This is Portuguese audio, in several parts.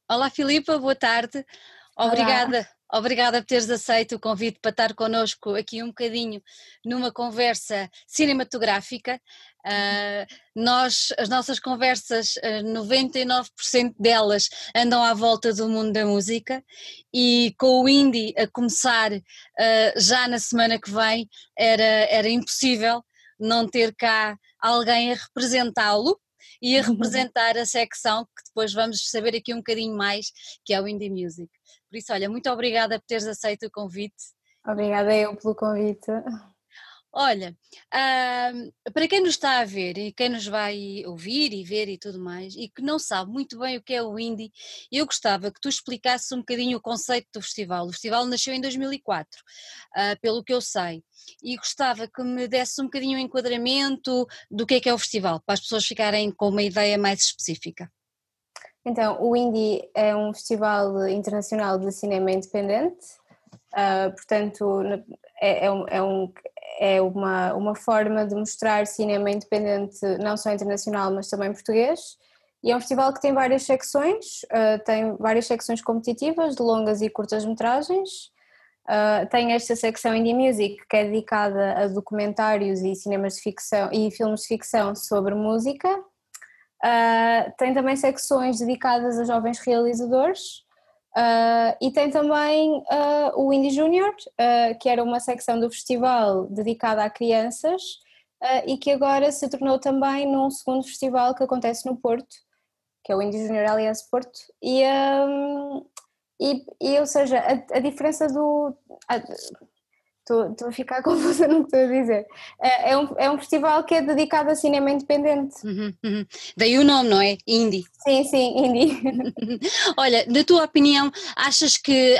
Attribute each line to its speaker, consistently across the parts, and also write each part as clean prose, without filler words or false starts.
Speaker 1: Olá Filipa, boa tarde.
Speaker 2: Olá.
Speaker 1: Obrigada por teres aceito o convite para estar connosco aqui um bocadinho numa conversa cinematográfica. As nossas conversas, 99% delas andam à volta do mundo da música e com o Indie a começar já na semana que vem era impossível não ter cá alguém a representá-lo e a representar a secção que depois vamos saber aqui um bocadinho mais, que é o Indie Music. Por isso, olha, muito obrigada por teres aceito o convite.
Speaker 2: Obrigada eu pelo convite.
Speaker 1: Olha, para quem nos está a ver e quem nos vai ouvir e ver e tudo mais, e que não sabe muito bem o que é o Indie, eu gostava que tu explicasses um bocadinho o conceito do festival. O festival nasceu em 2004, pelo que eu sei, e gostava que me desse um bocadinho o enquadramento do que é o festival, para as pessoas ficarem com uma ideia mais específica.
Speaker 2: Então, o Indie é um festival internacional de cinema independente, portanto é uma forma de mostrar cinema independente não só internacional mas também português, e é um festival que tem várias secções, tem várias secções competitivas de longas e curtas metragens. Tem esta secção Indie Music, que é dedicada a documentários e cinemas de ficção e filmes de ficção sobre música. Tem também secções dedicadas a jovens realizadores, e tem também o Indie Junior, que era uma secção do festival dedicada a crianças, e que agora se tornou também num segundo festival que acontece no Porto, que é o Indie Junior Alliance Porto, ou seja, a diferença do... Estou a ficar confusa no que estou a dizer. É um festival que é dedicado a cinema independente.
Speaker 1: Uhum. Daí o nome, não é? Indie.
Speaker 2: Sim, sim, indie.
Speaker 1: Olha, na tua opinião, achas que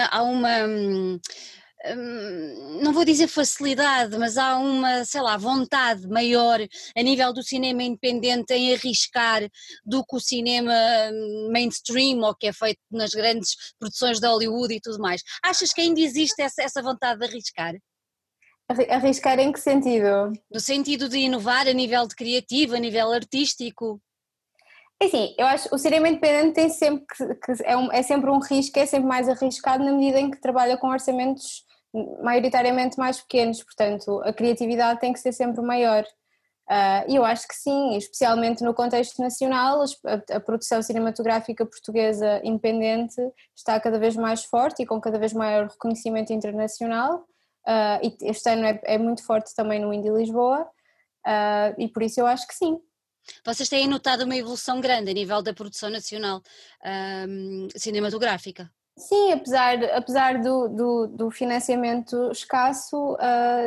Speaker 1: não vou dizer facilidade, mas há uma, sei lá, vontade maior a nível do cinema independente em arriscar do que o cinema mainstream ou que é feito nas grandes produções de Hollywood e tudo mais? Achas que ainda existe essa vontade de arriscar?
Speaker 2: Arriscar em que sentido?
Speaker 1: No sentido de inovar a nível de criativo, a nível artístico?
Speaker 2: É assim, eu acho que o cinema independente tem sempre é sempre um risco, é sempre mais arriscado na medida em que trabalha com orçamentos maioritariamente mais pequenos, portanto a criatividade tem que ser sempre maior. E eu acho que sim, especialmente no contexto nacional, a produção cinematográfica portuguesa independente está cada vez mais forte e com cada vez maior reconhecimento internacional. E este ano é muito forte também no Indie Lisboa, e por isso eu acho que sim.
Speaker 1: Vocês têm notado uma evolução grande a nível da produção nacional cinematográfica?
Speaker 2: Sim, apesar do financiamento escasso,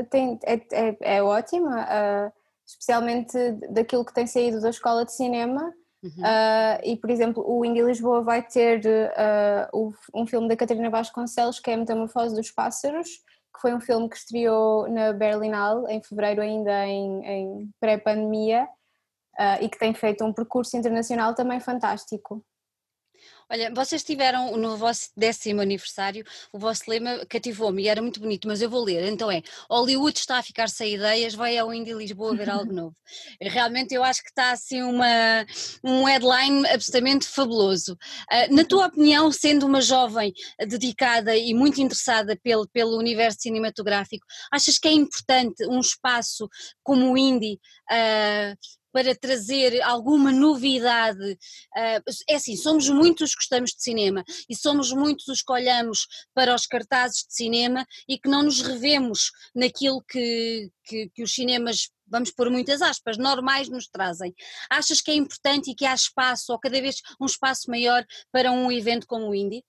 Speaker 2: é ótima, especialmente daquilo que tem saído da Escola de Cinema.
Speaker 1: Uhum.
Speaker 2: E, por exemplo, o Indie Lisboa vai ter um filme da Catarina Vasconcelos, que é a Metamorfose dos Pássaros, que foi um filme que estreou na Berlinale em fevereiro, ainda em pré-pandemia, e que tem feito um percurso internacional também fantástico.
Speaker 1: Olha, vocês tiveram no vosso 10º aniversário, o vosso lema cativou-me e era muito bonito, mas eu vou ler, então é: Hollywood está a ficar sem ideias, vai ao Indie Lisboa ver algo novo. Realmente eu acho que está assim um headline absolutamente fabuloso. Na tua opinião, sendo uma jovem dedicada e muito interessada pelo universo cinematográfico, achas que é importante um espaço como o Indie para trazer alguma novidade? É assim, somos muitos que gostamos de cinema e somos muitos os que olhamos para os cartazes de cinema e que não nos revemos naquilo que os cinemas, vamos pôr muitas aspas, normais nos trazem. Achas que é importante e que há espaço, ou cada vez um espaço maior para um evento como o Indie?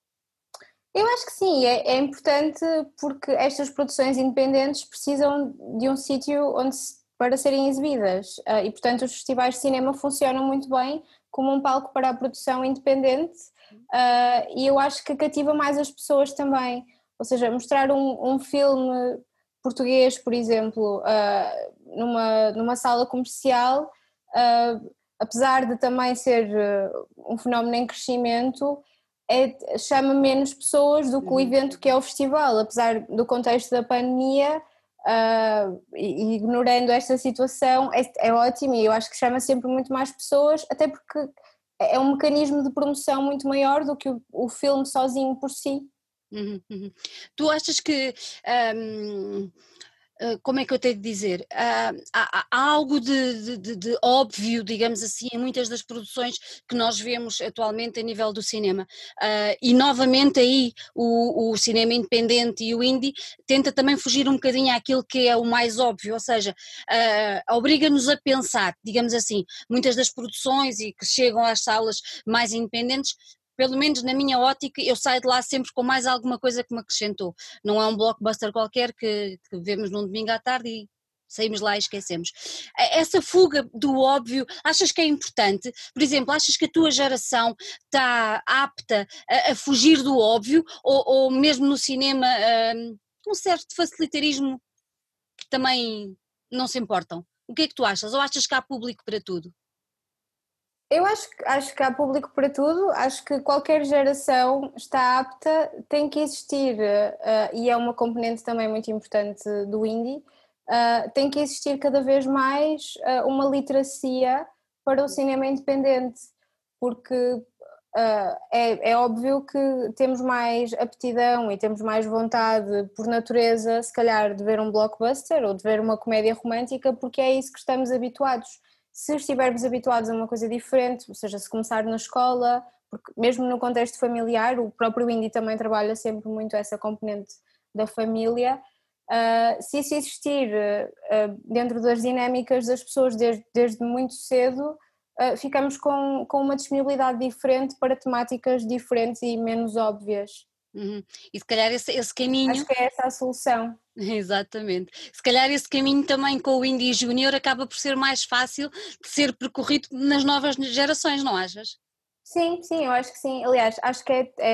Speaker 2: Eu acho que sim, é importante porque estas produções independentes precisam de um sítio para serem exibidas, e portanto os festivais de cinema funcionam muito bem como um palco para a produção independente, e eu acho que cativa mais as pessoas também, ou seja, mostrar um filme português, por exemplo, numa sala comercial, apesar de também ser um fenómeno em crescimento, chama menos pessoas do que o
Speaker 1: Uhum.
Speaker 2: evento que é o festival, apesar do contexto da pandemia, e ignorando esta situação, é ótimo, e eu acho que chama sempre muito mais pessoas, até porque é um mecanismo de promoção muito maior do que o filme sozinho por si.
Speaker 1: Uhum. Tu achas que, hum, como é que eu tenho de dizer? Há algo de óbvio, digamos assim, em muitas das produções que nós vemos atualmente a nível do cinema. E novamente aí o cinema independente e o indie tenta também fugir um bocadinho àquilo que é o mais óbvio, ou seja, obriga-nos a pensar, digamos assim, muitas das produções e que chegam às salas mais independentes. Pelo menos na minha ótica, eu saio de lá sempre com mais alguma coisa que me acrescentou. Não é um blockbuster qualquer que vemos num domingo à tarde e saímos lá e esquecemos. Essa fuga do óbvio, achas que é importante? Por exemplo, achas que a tua geração está apta a fugir do óbvio ou mesmo no cinema um certo facilitarismo que também não se importam? O que é que tu achas? Ou achas que há público para tudo?
Speaker 2: Eu acho que há público para tudo, acho que qualquer geração está apta, tem que existir, e é uma componente também muito importante do indie, tem que existir cada vez mais uma literacia para o cinema independente, porque é óbvio que temos mais aptidão e temos mais vontade por natureza, se calhar, de ver um blockbuster ou de ver uma comédia romântica, porque é isso que estamos habituados. Se estivermos habituados a uma coisa diferente, ou seja, se começar na escola, porque mesmo no contexto familiar, o próprio indie também trabalha sempre muito essa componente da família, se isso existir dentro das dinâmicas das pessoas desde muito cedo, ficamos com uma disponibilidade diferente para temáticas diferentes e menos óbvias.
Speaker 1: Uhum. E se calhar esse
Speaker 2: Acho
Speaker 1: caminho.
Speaker 2: que é essa a solução.
Speaker 1: Exatamente. Se calhar esse caminho também com o Indie Júnior acaba por ser mais fácil de ser percorrido nas novas gerações, não achas?
Speaker 2: Sim, sim, eu acho que sim. Aliás, acho que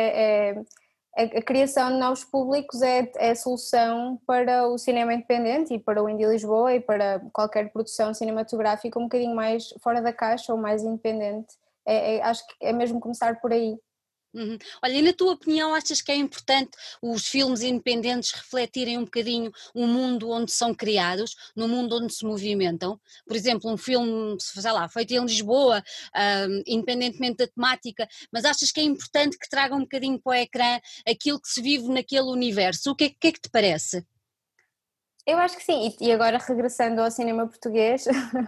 Speaker 2: a criação de novos públicos é a solução para o cinema independente e para o Indie Lisboa e para qualquer produção cinematográfica um bocadinho mais fora da caixa ou mais independente. Acho que é mesmo começar por aí.
Speaker 1: Uhum. Olha, e na tua opinião, achas que é importante os filmes independentes refletirem um bocadinho o mundo onde são criados, no mundo onde se movimentam? Por exemplo, um filme, sei lá, feito em Lisboa, independentemente da temática, mas achas que é importante que traga um bocadinho para o ecrã aquilo que se vive naquele universo? Que é que te parece?
Speaker 2: Eu acho que sim, e agora regressando ao cinema português,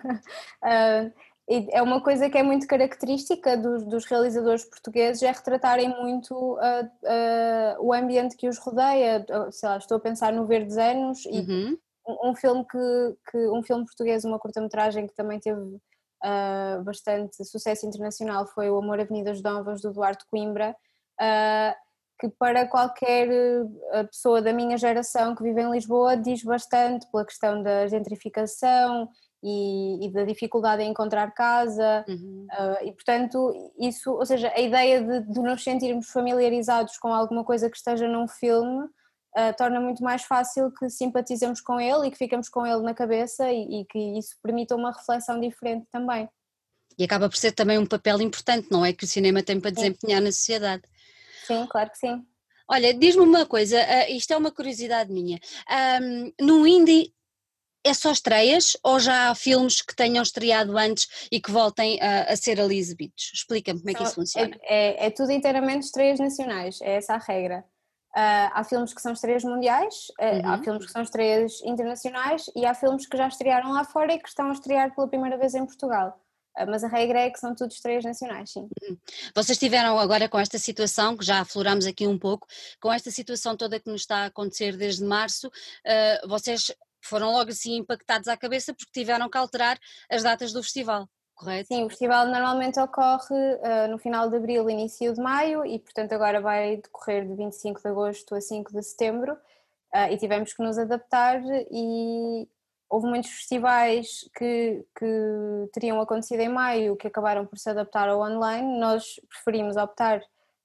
Speaker 2: é uma coisa que é muito característica dos realizadores portugueses, é retratarem muito o ambiente que os rodeia. Sei lá, estou a pensar no Verdes Anos e
Speaker 1: Uhum.
Speaker 2: um filme um filme português, uma curta-metragem que também teve bastante sucesso internacional foi O Amor Avenida das Dónavas, do Duarte Coimbra, que para qualquer pessoa da minha geração que vive em Lisboa diz bastante pela questão da gentrificação e da dificuldade em encontrar casa,
Speaker 1: Uhum.
Speaker 2: e portanto isso, ou seja, a ideia de nos sentirmos familiarizados com alguma coisa que esteja num filme torna muito mais fácil que simpatizemos com ele e que ficamos com ele na cabeça e que isso permita uma reflexão diferente também.
Speaker 1: E acaba por ser também um papel importante, não é? Que o cinema tem para
Speaker 2: Sim,
Speaker 1: desempenhar na sociedade.
Speaker 2: sim, claro que sim.
Speaker 1: Olha, diz-me uma coisa, isto é uma curiosidade minha. No indie é só estreias ou já há filmes que tenham estreado antes e que voltem a ser ali exibidos? Explica-me como é que isso funciona.
Speaker 2: É tudo inteiramente estreias nacionais, é essa a regra. Há filmes que são estreias mundiais, há
Speaker 1: Uhum.
Speaker 2: filmes que são estreias internacionais e há filmes que já estrearam lá fora e que estão a estrear pela primeira vez em Portugal. Mas a regra é que são tudo estreias nacionais, sim.
Speaker 1: Vocês tiveram agora com esta situação, que já afloramos aqui um pouco, com esta situação toda que nos está a acontecer desde março, vocês foram logo assim impactados à cabeça porque tiveram que alterar as datas do festival, correto?
Speaker 2: Sim, o festival normalmente ocorre no final de abril, início de maio e portanto agora vai decorrer de 25 de agosto a 5 de setembro, e tivemos que nos adaptar e houve muitos festivais que teriam acontecido em maio que acabaram por se adaptar ao online. Nós preferimos optar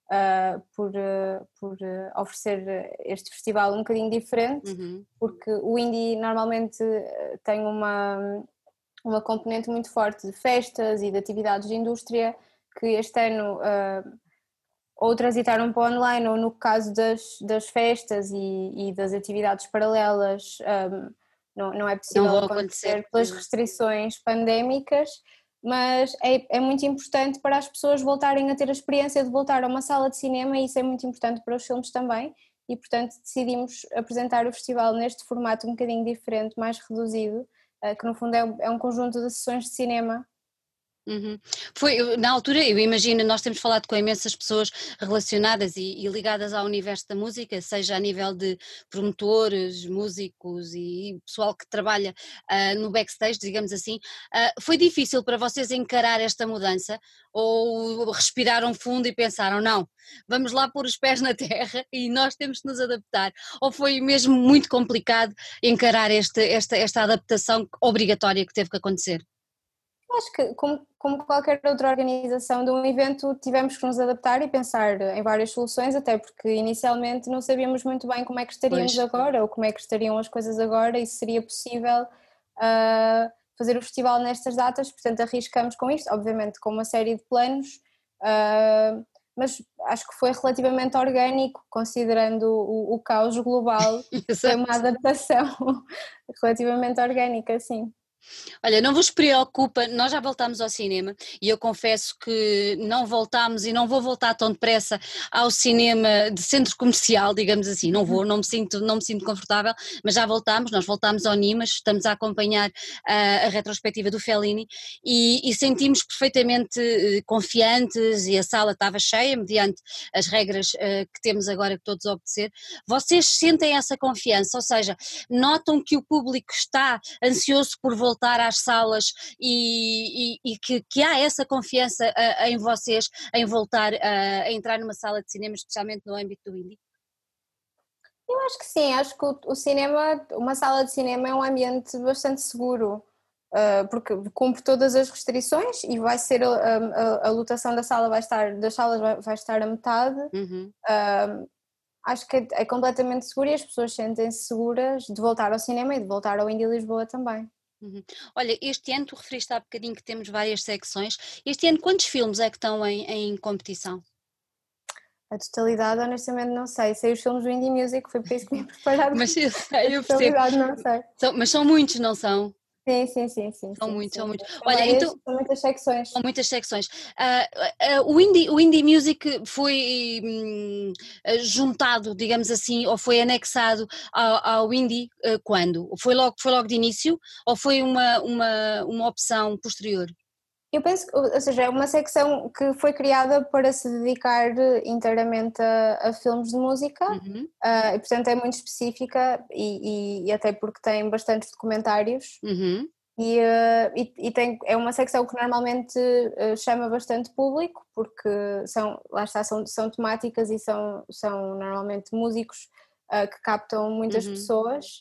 Speaker 2: por oferecer este festival um bocadinho diferente,
Speaker 1: Uhum.
Speaker 2: porque o indie normalmente tem uma componente muito forte de festas e de atividades de indústria que este ano ou transitaram para o online ou no caso das festas e das atividades paralelas não é
Speaker 1: Não
Speaker 2: possível
Speaker 1: vão acontecer.
Speaker 2: acontecer pelas restrições pandémicas, mas é muito importante para as pessoas voltarem a ter a experiência de voltar a uma sala de cinema, e isso é muito importante para os filmes também, e portanto decidimos apresentar o festival neste formato um bocadinho diferente, mais reduzido, que no fundo é um conjunto de sessões de cinema.
Speaker 1: Uhum. Na altura, eu imagino, nós temos falado com imensas pessoas relacionadas e ligadas ao universo da música, seja a nível de promotores, músicos e pessoal que trabalha no backstage, digamos assim. Foi difícil para vocês encarar esta mudança ou respiraram fundo e pensaram, não, vamos lá pôr os pés na terra e nós temos que nos adaptar? Ou foi mesmo muito complicado encarar esta adaptação obrigatória que teve que acontecer?
Speaker 2: Acho que, como qualquer outra organização de um evento, tivemos que nos adaptar e pensar em várias soluções, até porque inicialmente não sabíamos muito bem como é que estaríamos
Speaker 1: Pois.
Speaker 2: agora, ou como é que estariam as coisas agora, e se seria possível fazer o festival nestas datas, portanto arriscamos com isto, obviamente com uma série de planos, mas acho que foi relativamente orgânico, considerando o caos global, foi uma adaptação relativamente orgânica, sim.
Speaker 1: Olha, não vos preocupa, nós já voltámos ao cinema e eu confesso que não voltámos e não vou voltar tão depressa ao cinema de centro comercial, digamos assim, não vou, não me sinto confortável, mas já voltámos, nós voltámos ao Nimas, estamos a acompanhar a retrospectiva do Fellini e sentimos perfeitamente confiantes e a sala estava cheia, mediante as regras que temos agora que todos a obedecer. Vocês sentem essa confiança, ou seja, notam que o público está ansioso por voltar às salas e que há essa confiança em vocês em voltar a entrar numa sala de cinema, especialmente no âmbito do indie?
Speaker 2: Eu acho que sim, acho que o cinema, uma sala de cinema é um ambiente bastante seguro, porque cumpre todas as restrições e vai ser a lotação da sala das salas vai estar a metade.
Speaker 1: Uhum.
Speaker 2: Acho que é completamente seguro e as pessoas sentem-se seguras de voltar ao cinema e de voltar ao Indie Lisboa também.
Speaker 1: Uhum. Olha, este ano tu referiste há bocadinho que temos várias secções, este ano quantos filmes é que estão em competição?
Speaker 2: A totalidade, honestamente, não sei os filmes do Indie Music, foi por isso que me preparado.
Speaker 1: Mas eu
Speaker 2: A
Speaker 1: sei, eu percebo,
Speaker 2: totalidade, não sei.
Speaker 1: mas são muitos, não são?
Speaker 2: Sim,
Speaker 1: São muitos,
Speaker 2: sim,
Speaker 1: são
Speaker 2: sim.
Speaker 1: muitos. Olha, então,
Speaker 2: São muitas secções.
Speaker 1: são muitas secções. O indie Music foi juntado, digamos assim, ou foi anexado ao Indie quando? Foi logo de início ou foi uma opção posterior?
Speaker 2: Eu penso que, ou seja, é uma secção que foi criada para se dedicar inteiramente a filmes de música,
Speaker 1: Uhum,
Speaker 2: e portanto é muito específica e até porque tem bastantes documentários
Speaker 1: uhum,
Speaker 2: é uma secção que normalmente chama bastante público porque lá está, são temáticas e são normalmente músicos que captam muitas
Speaker 1: uhum,
Speaker 2: pessoas.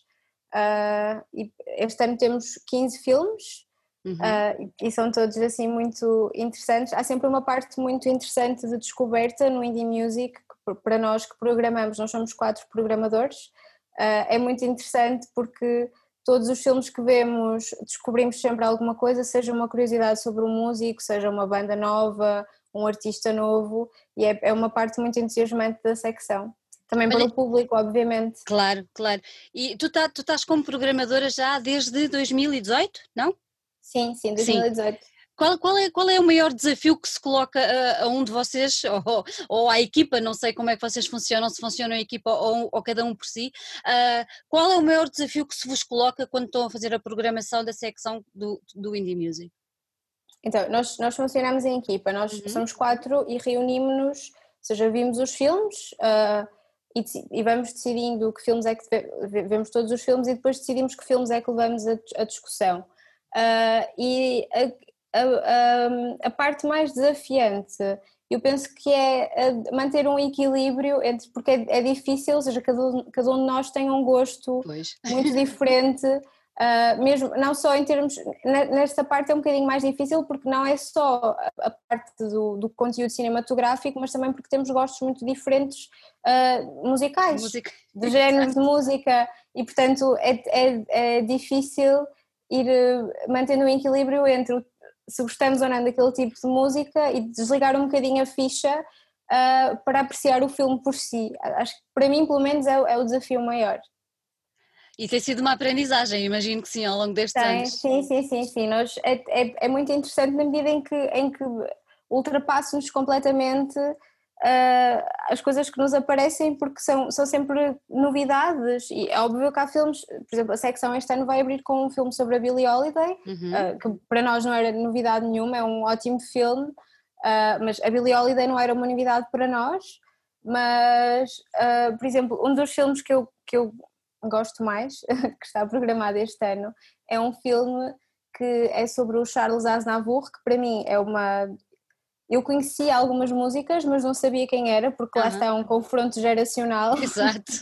Speaker 2: E este ano temos 15 filmes.
Speaker 1: uhum.
Speaker 2: E são todos assim muito interessantes. Há sempre uma parte muito interessante de descoberta no Indie Music, que para nós que programamos, nós somos 4 programadores, é muito interessante porque todos os filmes que vemos descobrimos sempre alguma coisa, seja uma curiosidade sobre um músico, seja uma banda nova, um artista novo, e é uma parte muito entusiasmante da secção. Também para
Speaker 1: Olha,
Speaker 2: o público, obviamente.
Speaker 1: claro, claro. E tu estás como programadora já desde 2018, não?
Speaker 2: Sim,
Speaker 1: Sim.
Speaker 2: 2018.
Speaker 1: Qual é o maior desafio que se coloca a um de vocês, ou à equipa, não sei como é que vocês funcionam, se funcionam em equipa ou cada um por si, qual é o maior desafio que se vos coloca quando estão a fazer a programação da secção do Indie Music?
Speaker 2: Então, nós funcionamos em equipa, nós
Speaker 1: Uhum,
Speaker 2: somos 4 e reunimos-nos, ou seja, vimos os filmes e vamos decidindo que filmes é que vemos todos os filmes e depois decidimos que filmes é que levamos a discussão. E a parte mais desafiante, eu penso que é manter um equilíbrio entre, porque é difícil, ou seja, cada um de nós tem um gosto
Speaker 1: pois.
Speaker 2: muito diferente. Mesmo, não só em termos, nesta parte é um bocadinho mais difícil porque não é só a parte do conteúdo cinematográfico, mas também porque temos gostos muito diferentes musicais,
Speaker 1: Música.
Speaker 2: de géneros de música e portanto é difícil ir mantendo um equilíbrio entre se gostamos ou não daquele tipo de música e desligar um bocadinho a ficha para apreciar o filme por si. Acho que para mim pelo menos é o desafio maior.
Speaker 1: E tem sido uma aprendizagem, imagino que sim, ao longo destes
Speaker 2: Tem,
Speaker 1: anos.
Speaker 2: sim. É muito interessante na medida em que ultrapassa-nos completamente as coisas que nos aparecem, porque são sempre novidades. E é óbvio que há filmes, por exemplo, a secção este ano vai abrir com um filme sobre a Billie Holiday, que para nós não era novidade nenhuma, é um ótimo filme, mas a Billie Holiday não era uma novidade para nós. Mas, por exemplo, um dos filmes que eu gosto mais, que está programado este ano, é um filme que é sobre o Charles Aznavour, que para mim é uma... Eu conhecia algumas músicas, mas não sabia quem era, porque lá está um confronto geracional.
Speaker 1: Exato.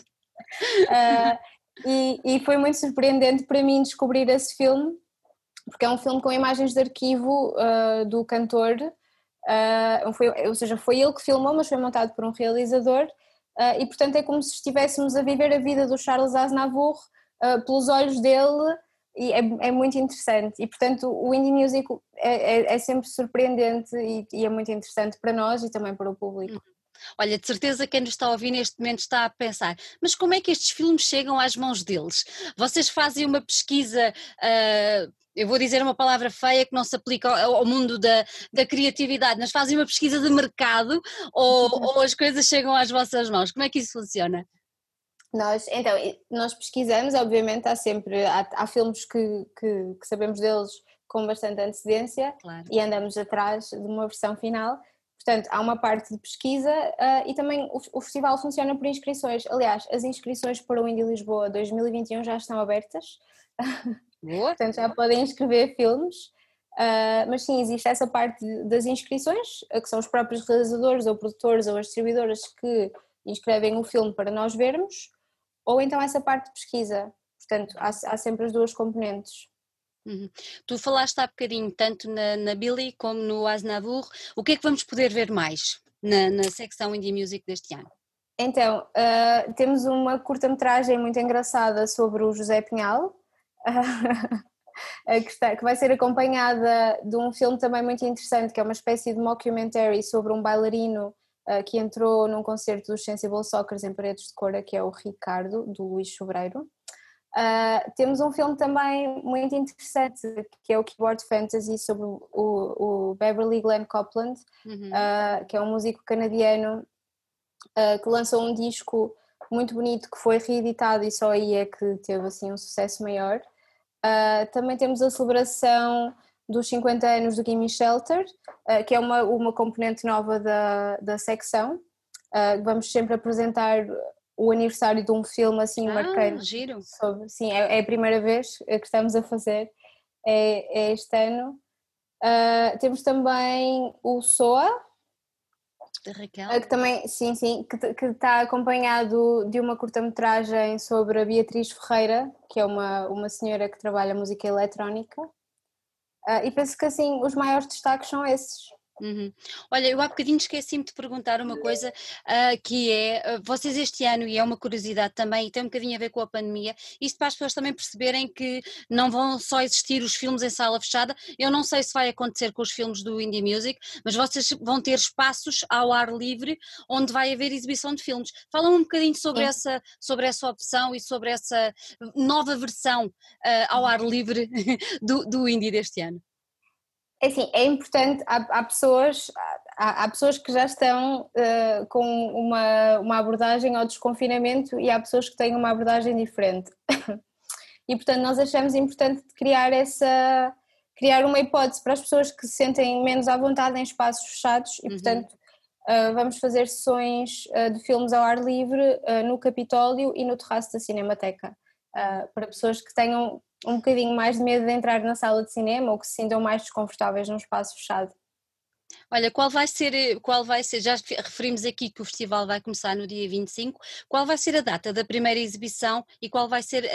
Speaker 2: E foi muito surpreendente para mim descobrir esse filme, porque é um filme com imagens de arquivo do cantor, ou seja, foi ele que filmou, mas foi montado por um realizador, e portanto é como se estivéssemos a viver a vida do Charles Aznavour pelos olhos dele, e é muito interessante. E portanto o indie music é sempre surpreendente e é muito interessante para nós e também para o público.
Speaker 1: Olha, de certeza quem nos está a ouvir neste momento está a pensar, mas como é que estes filmes chegam às mãos deles? Vocês fazem uma pesquisa, eu vou dizer uma palavra feia que não se aplica ao mundo da criatividade, mas fazem uma pesquisa de mercado ou as coisas chegam às vossas mãos? Como é que isso funciona?
Speaker 2: Nós pesquisamos, obviamente há filmes que sabemos deles com bastante antecedência,
Speaker 1: Claro.
Speaker 2: e andamos atrás de uma versão final. Portanto, há uma parte de pesquisa, e também o festival funciona por inscrições. Aliás, as inscrições para o Indie Lisboa 2021 já estão abertas,
Speaker 1: Boa.
Speaker 2: portanto já podem inscrever filmes. Mas sim, existe essa parte das inscrições, que são os próprios realizadores ou produtores ou as distribuidoras que inscrevem o filme para nós vermos, ou então essa parte de pesquisa. Portanto, há sempre as duas componentes.
Speaker 1: Uhum. Tu falaste há bocadinho tanto na Billie como no Aznavour, o que é que vamos poder ver mais na secção Indie Music deste ano?
Speaker 2: Então, temos uma curta-metragem muito engraçada sobre o José Pinhal, que vai ser acompanhada de um filme também muito interessante, que é uma espécie de mockumentary sobre um bailarino que entrou num concerto dos Sensible Soccers em Paredes de Cora, que é o Ricardo, do Luís Sobreiro. Temos um filme também muito interessante, que é o Keyboard Fantasy, sobre o Beverly Glenn Copeland, que é um músico canadiano que lançou um disco muito bonito que foi reeditado e só aí é que teve assim um sucesso maior. Também temos a celebração dos 50 anos do Gimme Shelter, que é uma componente nova da secção. Vamos sempre apresentar o aniversário de um filme assim marcante.
Speaker 1: Giro.
Speaker 2: Sim, é a primeira vez que estamos a fazer, é este ano. Temos também o SOA,
Speaker 1: Da Raquel.
Speaker 2: que também, sim, que está acompanhado de uma curta-metragem sobre a Beatriz Ferreira, que é uma senhora que trabalha música eletrónica, e penso que assim os maiores destaques são esses.
Speaker 1: Olha, eu há bocadinho esqueci-me de perguntar uma coisa, que é, vocês este ano, e é uma curiosidade também, e tem um bocadinho a ver com a pandemia, isto para as pessoas também perceberem que não vão só existir os filmes em sala fechada. Eu não sei se vai acontecer com os filmes do Indie Music, mas vocês vão ter espaços ao ar livre onde vai haver exibição de filmes. Fala um bocadinho sobre essa opção e sobre essa nova versão ao ar livre do Indie deste ano.
Speaker 2: É assim, é importante, há pessoas que já estão com uma abordagem ao desconfinamento e há pessoas que têm uma abordagem diferente. E portanto nós achamos importante criar uma hipótese para as pessoas que se sentem menos à vontade em espaços fechados e portanto vamos fazer sessões de filmes ao ar livre no Capitólio e no terraço da Cinemateca, para pessoas que tenham um bocadinho mais de medo de entrar na sala de cinema ou que se sintam mais desconfortáveis num espaço fechado.
Speaker 1: Olha, qual vai ser, já referimos aqui que o festival vai começar no dia 25, qual vai ser a data da primeira exibição e qual vai ser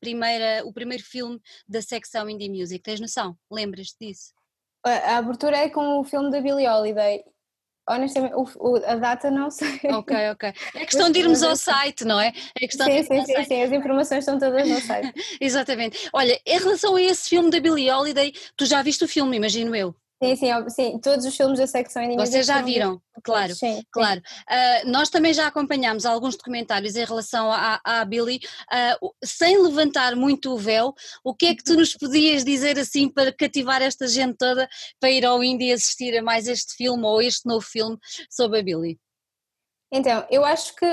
Speaker 1: o primeiro filme da secção Indie Music? Tens noção? Lembras-te disso?
Speaker 2: A abertura é com o filme da Billie Holiday. Honestamente, a data não sei.
Speaker 1: Ok. É questão de irmos ao site, não é? É questão de irmos ao site.
Speaker 2: Sim, as informações estão todas no site.
Speaker 1: Exatamente. Olha, em relação a esse filme da Billie Holiday, tu já viste o filme, imagino eu.
Speaker 2: Sim, todos os filmes da secção Indie Music
Speaker 1: Vocês já
Speaker 2: foram
Speaker 1: viram,
Speaker 2: vistos por
Speaker 1: claro,
Speaker 2: todos, sim.
Speaker 1: claro. Nós também já acompanhámos alguns documentários em relação à Billie, sem levantar muito o véu. O que é que tu nos podias dizer assim para cativar esta gente toda para ir ao Indie assistir a mais este filme ou este novo filme sobre a Billie?
Speaker 2: Então, eu acho que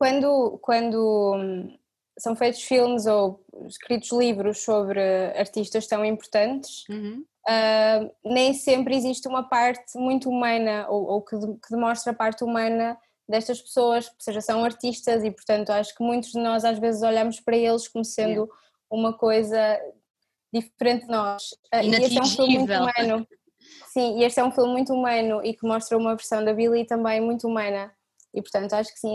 Speaker 2: quando são feitos filmes ou escritos livros sobre artistas tão importantes,
Speaker 1: Uhum.
Speaker 2: nem sempre existe uma parte muito humana ou que demonstra a parte humana destas pessoas, ou seja, são artistas e portanto acho que muitos de nós às vezes olhamos para eles como sendo uma coisa diferente de nós. E este é um filme muito
Speaker 1: Inatingível.
Speaker 2: humano. Sim, e este é um filme muito humano e que mostra uma versão da Billie também muito humana. E portanto acho que sim,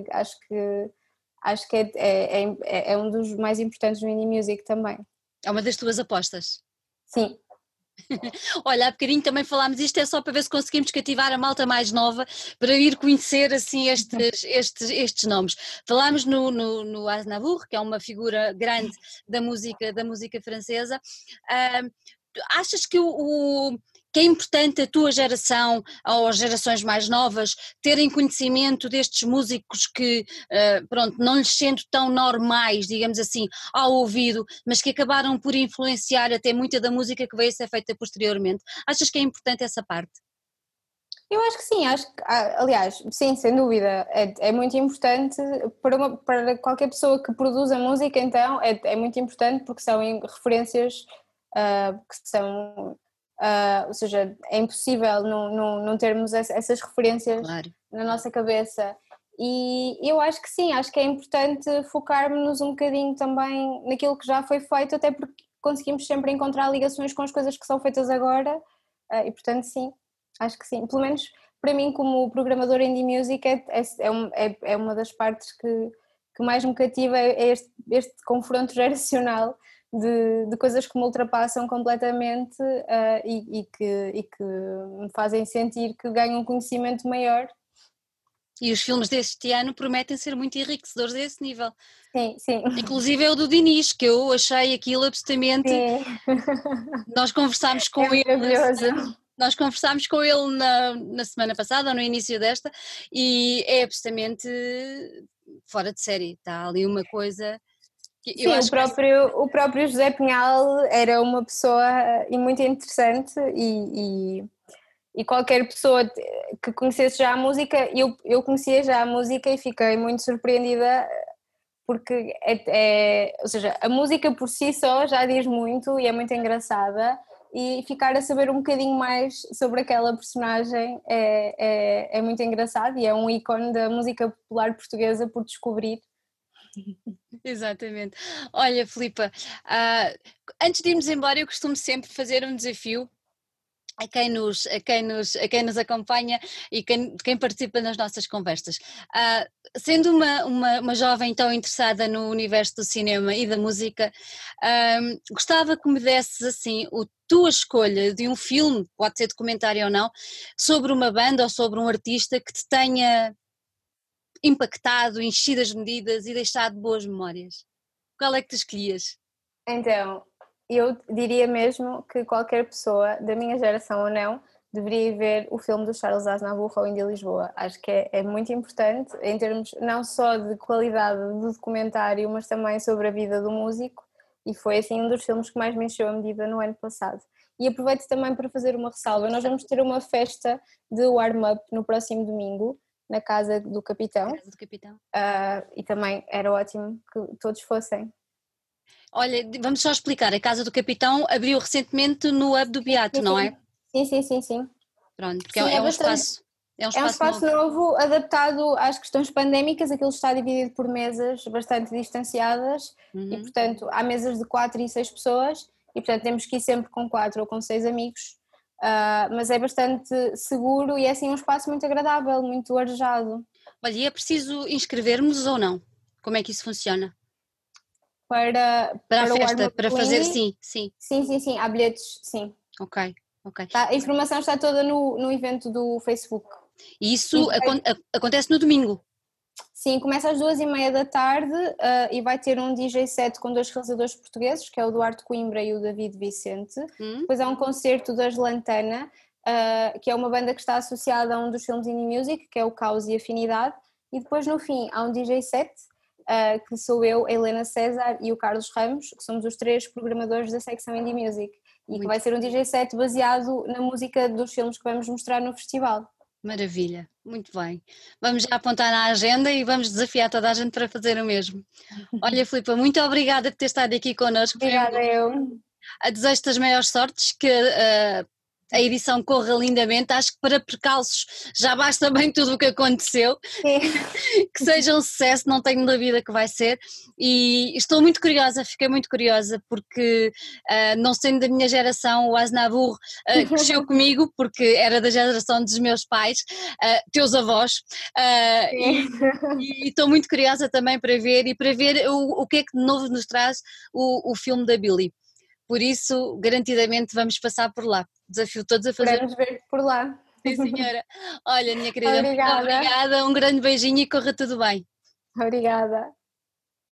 Speaker 2: acho que é um dos mais importantes no Indie Music também.
Speaker 1: É uma das tuas apostas.
Speaker 2: Sim.
Speaker 1: Olha, há bocadinho também falámos, isto é só para ver se conseguimos cativar a malta mais nova para ir conhecer assim estes nomes. Falámos no Aznavour, que é uma figura grande da música francesa. Achas que é importante a tua geração ou as gerações mais novas terem conhecimento destes músicos que, pronto, não lhes sendo tão normais, digamos assim, ao ouvido, mas que acabaram por influenciar até muita da música que veio a ser feita posteriormente? Achas que é importante essa parte?
Speaker 2: Eu acho que sim, aliás, sim, sem dúvida, é muito importante para qualquer pessoa que produza música, então é muito importante porque são referências que são, ou seja, é impossível não termos essas referências
Speaker 1: Claro.
Speaker 2: na nossa cabeça. E eu acho que sim, acho que é importante focarmos um bocadinho também naquilo que já foi feito, até porque conseguimos sempre encontrar ligações com as coisas que são feitas agora, e portanto sim. Acho que sim, pelo menos para mim como programador indie music é uma das partes que mais me cativa, é este confronto geracional de coisas que me ultrapassam completamente e que me fazem sentir que ganho um conhecimento maior.
Speaker 1: E os filmes deste ano prometem ser muito enriquecedores a esse nível.
Speaker 2: Sim, sim.
Speaker 1: Inclusive é o do Dinis, que eu achei aquilo absolutamente.
Speaker 2: Sim.
Speaker 1: Nós conversámos
Speaker 2: É
Speaker 1: com ele.
Speaker 2: maravilhoso.
Speaker 1: Nós conversámos com ele na semana passada, ou no início desta, e é absolutamente fora de série. Está ali uma coisa que eu
Speaker 2: Sim,
Speaker 1: acho que.
Speaker 2: o próprio José Pinhal era uma pessoa muito interessante e qualquer pessoa que conhecesse já a música, eu conhecia já a música e fiquei muito surpreendida porque ou seja, a música por si só já diz muito e é muito engraçada e ficar a saber um bocadinho mais sobre aquela personagem é muito engraçado e é um ícone da música popular portuguesa por descobrir.
Speaker 1: Exatamente. Olha, Filipa, antes de irmos embora, eu costumo sempre fazer um desafio a quem nos acompanha e quem participa nas nossas conversas. Sendo uma jovem tão interessada no universo do cinema e da música, gostava que me desses assim a tua escolha de um filme, pode ser documentário ou não, sobre uma banda ou sobre um artista que te tenha impactado, enchido as medidas e deixado boas memórias. Qual é que tu escolhias?
Speaker 2: Então, eu diria mesmo que qualquer pessoa, da minha geração ou não, deveria ir ver o filme do Charles Aznavour ao Indie Lisboa. Acho que é muito importante, em termos não só de qualidade do documentário, mas também sobre a vida do músico, e foi assim um dos filmes que mais me encheu a medida no ano passado. E aproveito também para fazer uma ressalva, nós vamos ter uma festa de warm-up no próximo domingo, na Casa do Capitão,
Speaker 1: Casa do Capitão.
Speaker 2: e também era ótimo que todos fossem.
Speaker 1: Olha, vamos só explicar, a Casa do Capitão abriu recentemente no Hub do Beato, não é?
Speaker 2: Sim.
Speaker 1: Pronto, porque
Speaker 2: Sim,
Speaker 1: é um espaço,
Speaker 2: é um espaço
Speaker 1: novo.
Speaker 2: novo adaptado às questões pandémicas, aquilo está dividido por mesas bastante distanciadas e portanto há mesas de 4 e 6 pessoas e portanto temos que ir sempre com 4 ou com 6 amigos, mas é bastante seguro e é assim um espaço muito agradável, muito arejado.
Speaker 1: Olha, e é preciso inscrevermos ou não? Como é que isso funciona? Para a
Speaker 2: Para o
Speaker 1: festa,
Speaker 2: warm-up
Speaker 1: para
Speaker 2: do
Speaker 1: fazer,
Speaker 2: Indie,
Speaker 1: sim,
Speaker 2: sim, há bilhetes, sim.
Speaker 1: ok.
Speaker 2: A informação está toda no evento do Facebook.
Speaker 1: E
Speaker 2: E
Speaker 1: isso
Speaker 2: depois,
Speaker 1: acontece no domingo?
Speaker 2: Sim, começa às 2h30 da tarde e vai ter um DJ set com 2 realizadores portugueses, que é o Duarte Coimbra e o David Vicente. Depois há um concerto das Lantana, que é uma banda que está associada a um dos filmes Indie Music, que é o Caos e Afinidade. E depois no fim há um DJ set, que sou eu, a Helena César e o Carlos Ramos, que somos os 3 programadores da secção Indie Music. E que vai ser um DJ set baseado na música dos filmes que vamos mostrar no festival.
Speaker 1: Maravilha, muito bem. Vamos já apontar na agenda e vamos desafiar toda a gente para fazer o mesmo. Olha, Filipa, muito obrigada por ter estado aqui connosco.
Speaker 2: Obrigada, eu.
Speaker 1: Desejo-te as maiores sortes, que a edição corra lindamente. Acho que para percalços já basta bem tudo o que aconteceu.
Speaker 2: Sim.
Speaker 1: Que seja um sucesso, não tenho dúvida que vai ser. E estou muito curiosa, fiquei muito curiosa, porque não sendo da minha geração, o Aznavour cresceu comigo, porque era da geração dos meus pais, teus avós, e estou muito curiosa também para ver o que é que de novo nos traz o filme da Billie. Por isso, garantidamente vamos passar por lá. Desafio todos a fazer.
Speaker 2: Vamos ver por lá.
Speaker 1: Sim, senhora. Olha, minha querida,
Speaker 2: Obrigada.
Speaker 1: muito obrigada, um grande beijinho e corra tudo bem.
Speaker 2: Obrigada.